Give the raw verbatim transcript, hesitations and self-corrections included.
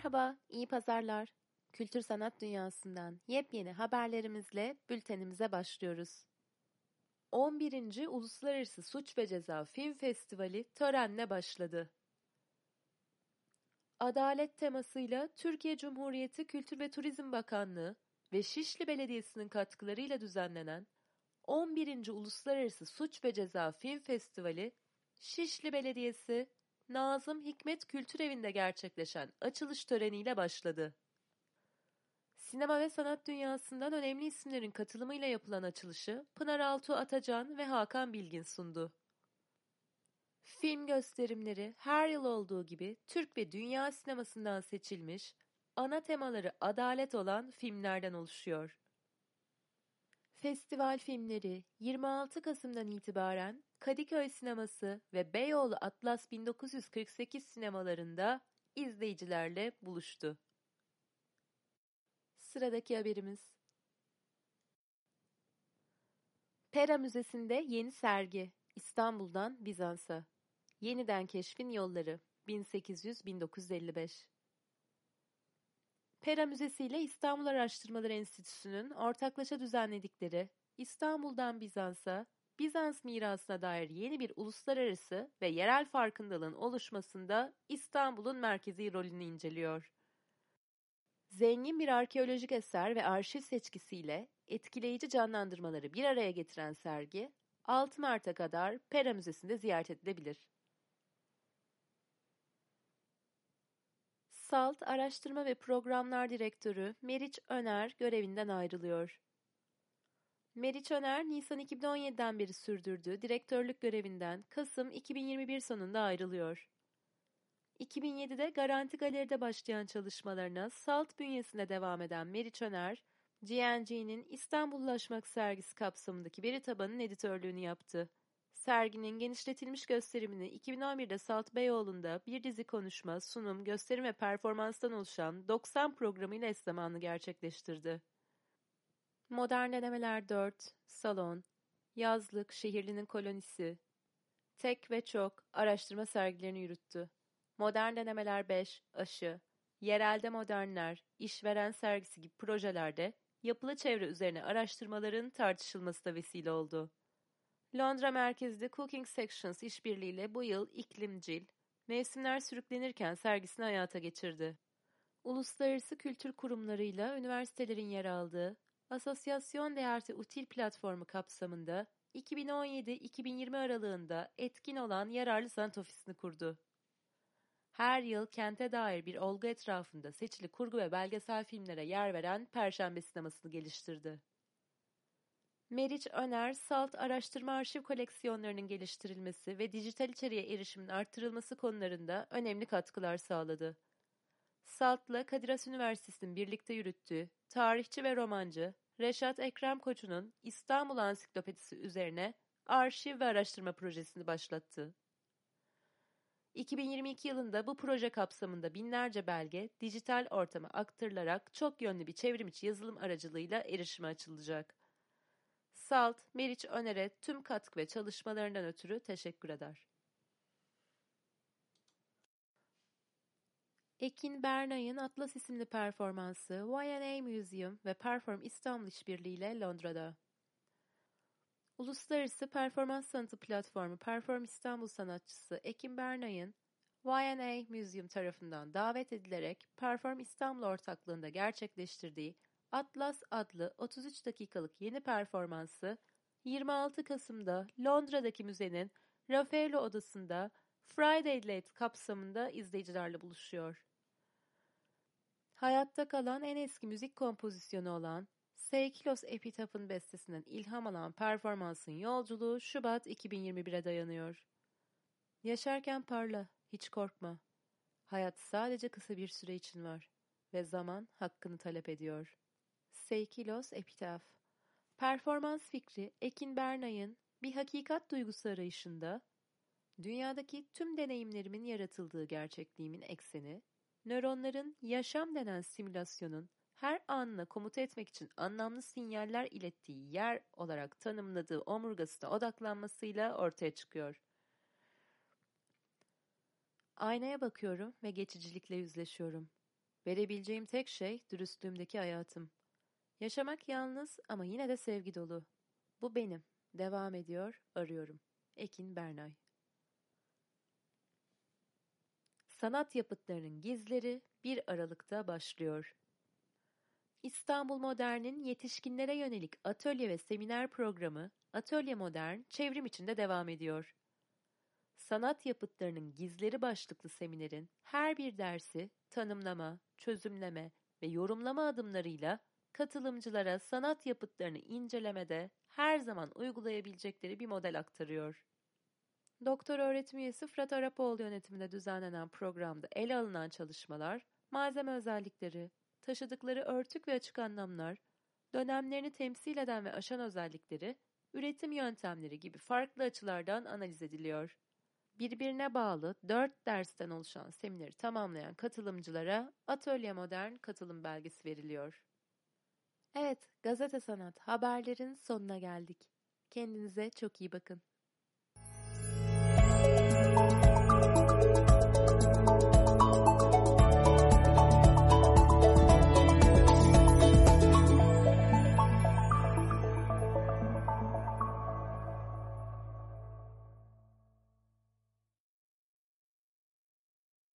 Merhaba, iyi pazarlar. Kültür sanat dünyasından yepyeni haberlerimizle bültenimize başlıyoruz. on birinci. Uluslararası Suç ve Ceza Film Festivali törenle başladı. Adalet temasıyla Türkiye Cumhuriyeti Kültür ve Turizm Bakanlığı ve Şişli Belediyesi'nin katkılarıyla düzenlenen on birinci. Uluslararası Suç ve Ceza Film Festivali, Şişli Belediyesi Nazım Hikmet Kültürevi'nde gerçekleşen açılış töreniyle başladı. Sinema ve sanat dünyasından önemli isimlerin katılımıyla yapılan açılışı Pınar Altuğ Atacan ve Hakan Bilgin sundu. Film gösterimleri her yıl olduğu gibi Türk ve dünya sinemasından seçilmiş, ana temaları adalet olan filmlerden oluşuyor. Festival filmleri yirmi altı Kasım'dan itibaren Kadıköy Sineması ve Beyoğlu Atlas bin dokuz yüz kırk sekiz sinemalarında izleyicilerle buluştu. Sıradaki haberimiz. Pera Müzesi'nde yeni sergi. İstanbul'dan Bizans'a. Yeniden Keşfin Yolları. bin sekiz yüz - bin dokuz yüz elli beş. Pera Müzesi ile İstanbul Araştırmaları Enstitüsü'nün ortaklaşa düzenledikleri İstanbul'dan Bizans'a, Bizans mirasına dair yeni bir uluslararası ve yerel farkındalığın oluşmasında İstanbul'un merkezi rolünü inceliyor. Zengin bir arkeolojik eser ve arşiv seçkisiyle etkileyici canlandırmaları bir araya getiren sergi, altı Mart'a kadar Pera Müzesi'nde ziyaret edilebilir. SALT Araştırma ve Programlar Direktörü Meriç Öner görevinden ayrılıyor. Meriç Öner, Nisan iki bin on yedi'den beri sürdürdüğü direktörlük görevinden Kasım iki bin yirmi bir sonunda ayrılıyor. iki bin yedi'de Garanti Galeri'de başlayan çalışmalarına SALT bünyesinde devam eden Meriç Öner, G N G'nin İstanbullaşmak sergisi kapsamındaki veri tabanının editörlüğünü yaptı. Serginin genişletilmiş gösterimini iki bin on bir'de SALT Beyoğlu'nda bir dizi konuşma, sunum, gösterim ve performanstan oluşan doksan programıyla eş zamanlı gerçekleştirdi. Modern Denemeler dört, Salon, Yazlık, Şehirlinin Kolonisi, Tek ve Çok araştırma sergilerini yürüttü. Modern Denemeler beş, Aşı, Yerelde Modernler, İşveren sergisi gibi projelerde yapılı çevre üzerine araştırmaların tartışılması da vesile oldu. Londra merkezli Cooking Sections işbirliğiyle bu yıl İklimcil, Mevsimler Sürüklenirken sergisini hayata geçirdi. Uluslararası kültür kurumlarıyla üniversitelerin yer aldığı Asociación de Arte Útil platformu kapsamında iki bin on yedi - iki bin yirmi aralığında etkin olan yararlı sanat ofisini kurdu. Her yıl kente dair bir olgu etrafında seçili kurgu ve belgesel filmlere yer veren Perşembe sinemasını geliştirdi. Meriç Öner, SALT araştırma arşiv koleksiyonlarının geliştirilmesi ve dijital içeriğe erişimin artırılması konularında önemli katkılar sağladı. SALT'la Kadir Has Üniversitesi'nin birlikte yürüttüğü tarihçi ve romancı Reşat Ekrem Koçu'nun İstanbul Ansiklopedisi üzerine arşiv ve araştırma projesini başlattı. iki bin yirmi iki yılında bu proje kapsamında binlerce belge dijital ortama aktarılarak çok yönlü bir çevrimiçi yazılım aracılığıyla erişime açılacak. SALT, Meriç Öner'e tüm katkı ve çalışmalarından ötürü teşekkür eder. Ekin Bernay'ın Atlas isimli performansı Y and A Museum ve Perform İstanbul işbirliğiyle Londra'da. Uluslararası Performans Sanatı Platformu Perform İstanbul sanatçısı Ekin Bernay'ın Y and A Museum tarafından davet edilerek Perform İstanbul ortaklığında gerçekleştirdiği Atlas adlı otuz üç dakikalık yeni performansı yirmi altı Kasım'da Londra'daki müzenin Raffaello odasında Friday Late kapsamında izleyicilerle buluşuyor. Hayatta kalan en eski müzik kompozisyonu olan Seikilos Epitaph'ın bestesinden ilham alan performansın yolculuğu Şubat iki bin yirmi bir'e dayanıyor. Yaşarken parla, hiç korkma. Hayat sadece kısa bir süre için var ve zaman hakkını talep ediyor. Seikilos Epitaph. Performans fikri Ekin Bernay'ın bir hakikat duygusu arayışında, dünyadaki tüm deneyimlerimin yaratıldığı gerçekliğimin ekseni, nöronların yaşam denen simülasyonun her anına komuta etmek için anlamlı sinyaller ilettiği yer olarak tanımladığı omurgasına odaklanmasıyla ortaya çıkıyor. Aynaya bakıyorum ve geçicilikle yüzleşiyorum. Verebileceğim tek şey dürüstlüğümdeki hayatım. Yaşamak yalnız ama yine de sevgi dolu. Bu benim. Devam ediyor, arıyorum. Ekin Bernay. Sanat yapıtlarının gizleri bir Aralık'ta başlıyor. İstanbul Modern'in yetişkinlere yönelik atölye ve seminer programı Atölye Modern çevrim içinde devam ediyor. Sanat yapıtlarının gizleri başlıklı seminerin her bir dersi tanımlama, çözümleme ve yorumlama adımlarıyla katılımcılara sanat yapıtlarını incelemede her zaman uygulayabilecekleri bir model aktarıyor. Doktor öğretim üyesi Fırat Arapoğlu yönetiminde düzenlenen programda ele alınan çalışmalar, malzeme özellikleri, taşıdıkları örtük ve açık anlamlar, dönemlerini temsil eden ve aşan özellikleri, üretim yöntemleri gibi farklı açılardan analiz ediliyor. Birbirine bağlı dört dersten oluşan semineri tamamlayan katılımcılara Atölye Modern katılım belgesi veriliyor. Evet, Gazete Sanat haberlerin sonuna geldik. Kendinize çok iyi bakın.